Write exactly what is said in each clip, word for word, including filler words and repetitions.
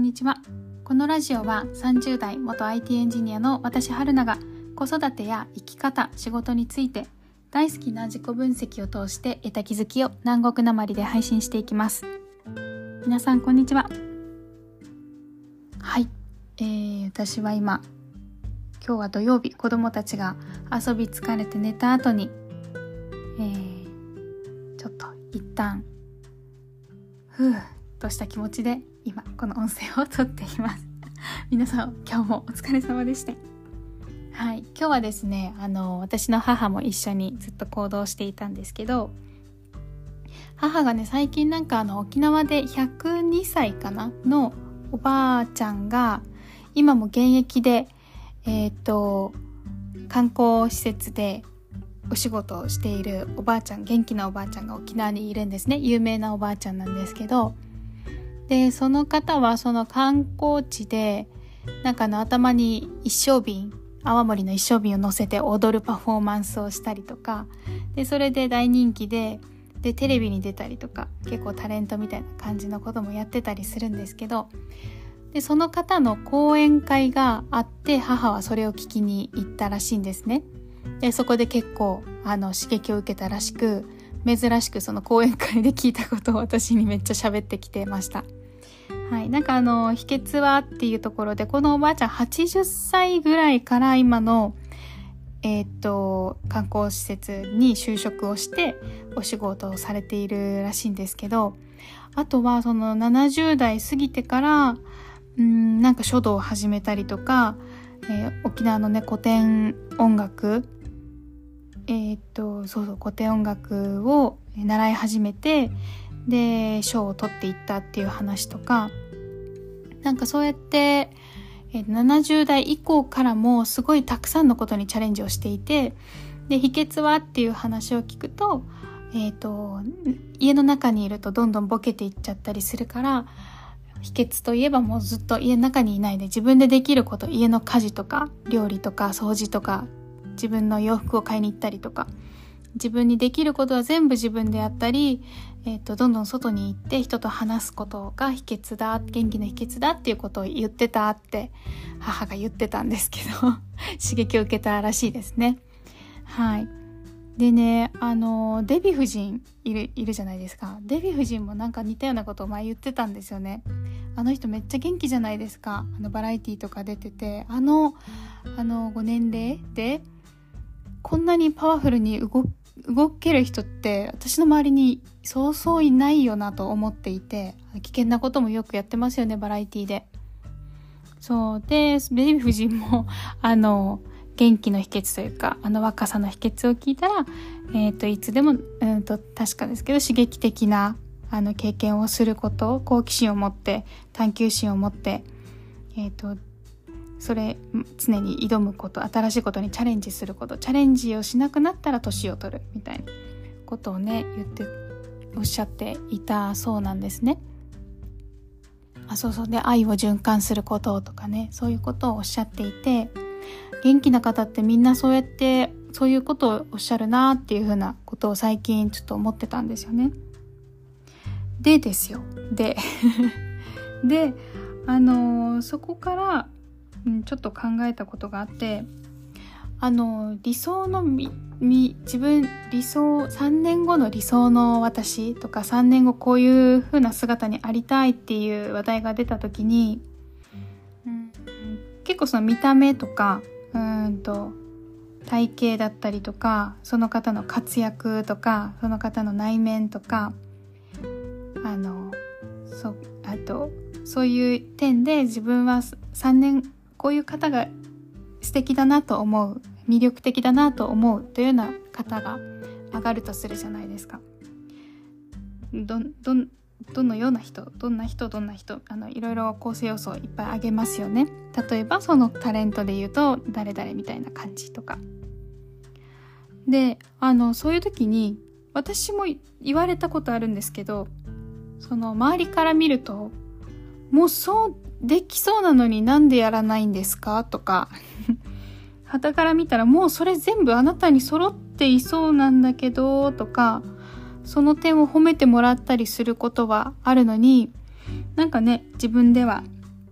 にちは。このラジオはさんじゅう代元 アイティー エンジニアの私春菜が子育てや生き方、仕事について大好きな自己分析を通して得た気づきを南国なまりで配信していきます。皆さんこんにちは。はい、えー、私は今今日は土曜日、子供たちが遊び疲れて寝た後に、えー、ちょっと一旦ふーっとした気持ちで今この音声を撮っています皆さん今日もお疲れ様でした。はい、今日はですね、あの私の母も一緒にずっと行動していたんですけど、母がね最近なんかあの沖縄でひゃくにさいかなのおばあちゃんが今も現役でえっと観光施設でお仕事をしているおばあちゃん、元気なおばあちゃんが沖縄にいるんですね。有名なおばあちゃんなんですけど、でその方はその観光地でなんかの頭に一升瓶、泡盛の一升瓶を乗せて踊るパフォーマンスをしたりとかで、それで大人気ででテレビに出たりとか、結構タレントみたいな感じのこともやってたりするんですけど、でその方の講演会があって母はそれを聞きに行ったらしいんですね。でそこで結構あの刺激を受けたらしく、珍しくその講演会で聞いたことを私にめっちゃ喋ってきてました。はい、なんかあの秘訣はっていうところで、このおばあちゃんはちじゅっさいぐらいから今のえー、っと観光施設に就職をしてお仕事をされているらしいんですけど、あとはそのななじゅう代過ぎてからうーんなんか書道を始めたりとか、えー、沖縄のね古典音楽えー、っとそうそう古典音楽を習い始めて、で賞を取っていったっていう話とか、なんかそうやってななじゅう代以降からもすごいたくさんのことにチャレンジをしていて、で秘訣はっていう話を聞くと、えー、と家の中にいるとどんどんボケていっちゃったりするから、秘訣といえばもうずっと家の中にいないで自分でできること、家の家事とか料理とか掃除とか自分の洋服を買いに行ったりとか、自分にできることは全部自分でやったり、えー、とどんどん外に行って人と話すことが秘訣だ、元気の秘訣だっていうことを言ってたって母が言ってたんですけど刺激を受けたらしいですね。はい。でね、あのデヴィ夫人いるいるじゃないですか。デヴィ夫人もなんか似たようなことを前言ってたんですよね。あの人めっちゃ元気じゃないですか。あのバラエティとか出てて、あのあのご年齢でこんなにパワフルに動動ける人って私の周りにそうそういないよなと思っていて、危険なこともよくやってますよね、バラエティで。そうでデヴィ夫人もあの元気の秘訣というか、あの若さの秘訣を聞いたら、えー、といつでも、うんと確かですけど刺激的なあの経験をすること、好奇心を持って探求心を持って、えー、とそれ常に挑むこと、新しいことにチャレンジすること、チャレンジをしなくなったら年を取るみたいなことをね言っておっしゃっていたそうなんですね。あ、そうそうで愛を循環することとかね、そういうことをおっしゃっていて、元気な方ってみんなそうやってそういうことをおっしゃるなっていうふうなことを最近ちょっと思ってたんですよね。でですよでであのー、そこからちょっと考えたことがあって、あの理想のみみ自分理想さんねんごの理想の私とか、さんねんごこういう風な姿にありたいっていう話題が出た時に、うん、結構その見た目とかうーんと体型だったりとか、その方の活躍とか、その方の内面とか、あのそうあとそういう点で自分はさんねんこういう方が素敵だなと思う、魅力的だなと思うというような方が上がるとするじゃないですか。どどどのような人、どんな人どんな人あのいろいろ構成要素をいっぱい挙げますよね。例えばそのタレントで言うと誰々みたいな感じとかで、あのそういう時に私も言われたことあるんですけど、その周りから見るともうそうできそうなのになんでやらないんですかとか傍から見たらもうそれ全部あなたに揃っていそうなんだけどとか、その点を褒めてもらったりすることはあるのに、なんかね自分では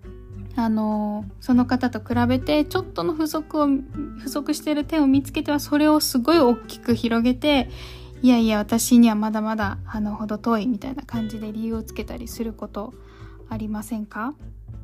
あのその方と比べてちょっとの不足を不足している点を見つけては、それをすごい大きく広げて、いやいや私にはまだまだあの程遠いみたいな感じで理由をつけたりすることありませんか？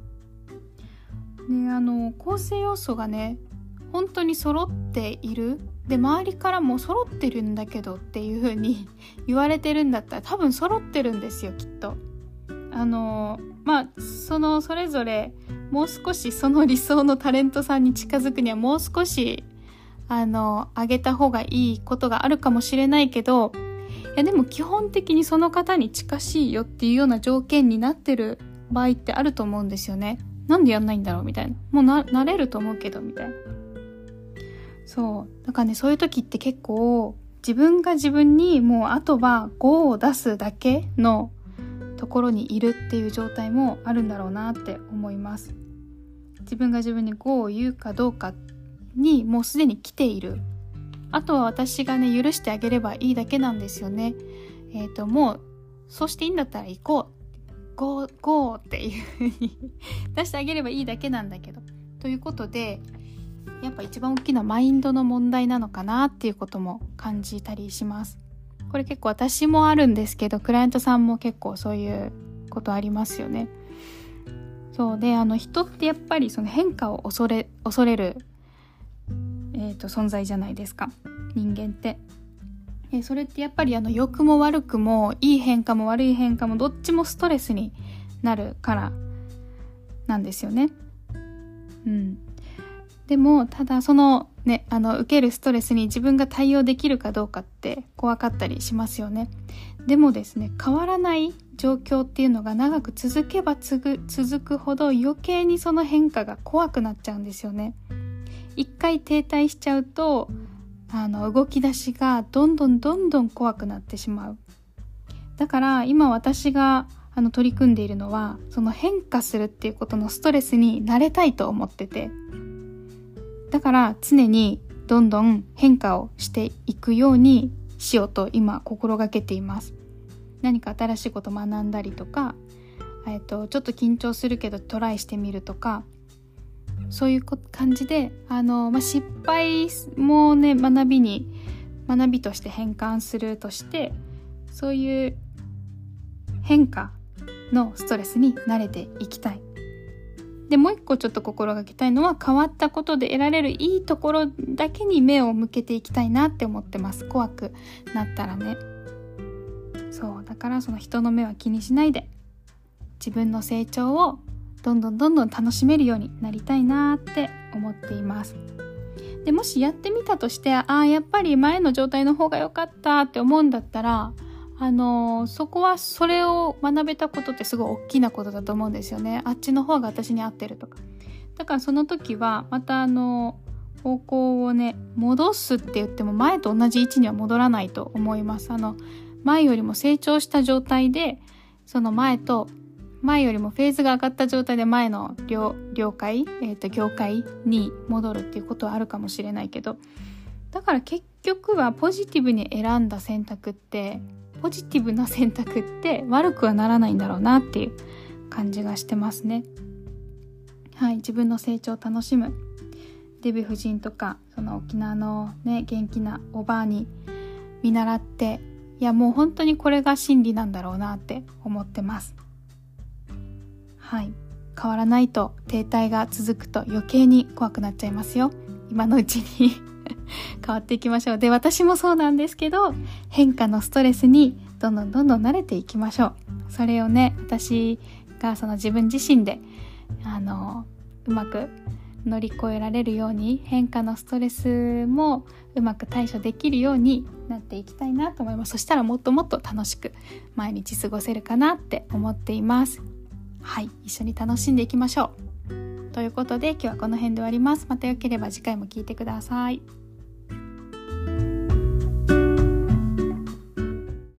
ね、あの構成要素がね本当に揃っている、で周りからも揃ってるんだけどっていう風に言われてるんだったら、多分揃ってるんですよきっと。あのまあそのそれぞれもう少しその理想のタレントさんに近づくにはもう少しあの上げた方がいいことがあるかもしれないけど、いやでも基本的にその方に近しいよっていうような条件になってる場合ってあると思うんですよね。なんでやんないんだろうみたいな、もうな慣れると思うけどみたいな。そうだからね、そういう時って結構自分が自分にもうあとはゴーを出すだけのところにいるっていう状態もあるんだろうなって思います。自分が自分にゴーを言うかどうかにもうすでに来ている。あとは私がね許してあげればいいだけなんですよね。えっともうそうしていいんだったら行こう、ゴーゴーっていう風に出してあげればいいだけなんだけど、ということでやっぱ一番大きなマインドの問題なのかなっていうことも感じたりします。これ結構私もあるんですけど、クライアントさんも結構そういうことありますよね。そうで、あの人ってやっぱりその変化を恐れ恐れる、えーと、存在じゃないですか、人間って。えそれってやっぱりあの良くも悪くも、いい変化も悪い変化もどっちもストレスになるからなんですよね。うん。でもただそのね、あの受けるストレスに自分が対応できるかどうかって怖かったりしますよね。でもですね、変わらない状況っていうのが長く続けばつぐ続くほど余計にその変化が怖くなっちゃうんですよね。一回停滞しちゃうとあの動き出しがどんどんどんどん怖くなってしまう。だから今私があの取り組んでいるのは、その変化するっていうことのストレスに慣れたいと思ってて、だから常にどんどん変化をしていくようにしようと今心がけています。何か新しいこと学んだりとか、えっと、ちょっと緊張するけどトライしてみるとか、そういう感じであの、まあ、失敗もね学びに学びとして変換するとして、そういう変化のストレスに慣れていきたい。でもう一個ちょっと心がけたいのは、変わったことで得られるいいところだけに目を向けていきたいなって思ってます。怖くなったらね。そうだからその人の目は気にしないで、自分の成長をどんどんどんどん楽しめるようになりたいなって思っています。でもしやってみたとして、ああやっぱり前の状態の方が良かったって思うんだったら、あのー、そこはそれを学べたことってすごい大きなことだと思うんですよね。あっちの方が私に合ってるとか。だからその時はまたあの方向をね戻すって言っても前と同じ位置には戻らないと思います。あの前よりも成長した状態で、その前と前よりもフェーズが上がった状態で前の 領, 領界、えーと、業界に戻るっていうことはあるかもしれないけど、だから結局はポジティブに選んだ選択ってポジティブな選択って悪くはならないんだろうなっていう感じがしてますね。はい、自分の成長を楽しむ。デヴィ夫人とかその沖縄のね元気なおばあに見習って、いやもう本当にこれが真理なんだろうなって思ってます。はい、変わらないと停滞が続くと余計に怖くなっちゃいますよ。今のうちに変わっていきましょう。で、私もそうなんですけど、変化のストレスにどんどんどんどん慣れていきましょう。それをね、私がその自分自身であのうまく乗り越えられるように、変化のストレスもうまく対処できるようになっていきたいなと思います。そしたらもっともっと楽しく毎日過ごせるかなって思っています。はい、一緒に楽しんでいきましょう。ということで今日はこの辺で終わります。またよければ次回も聞いてください。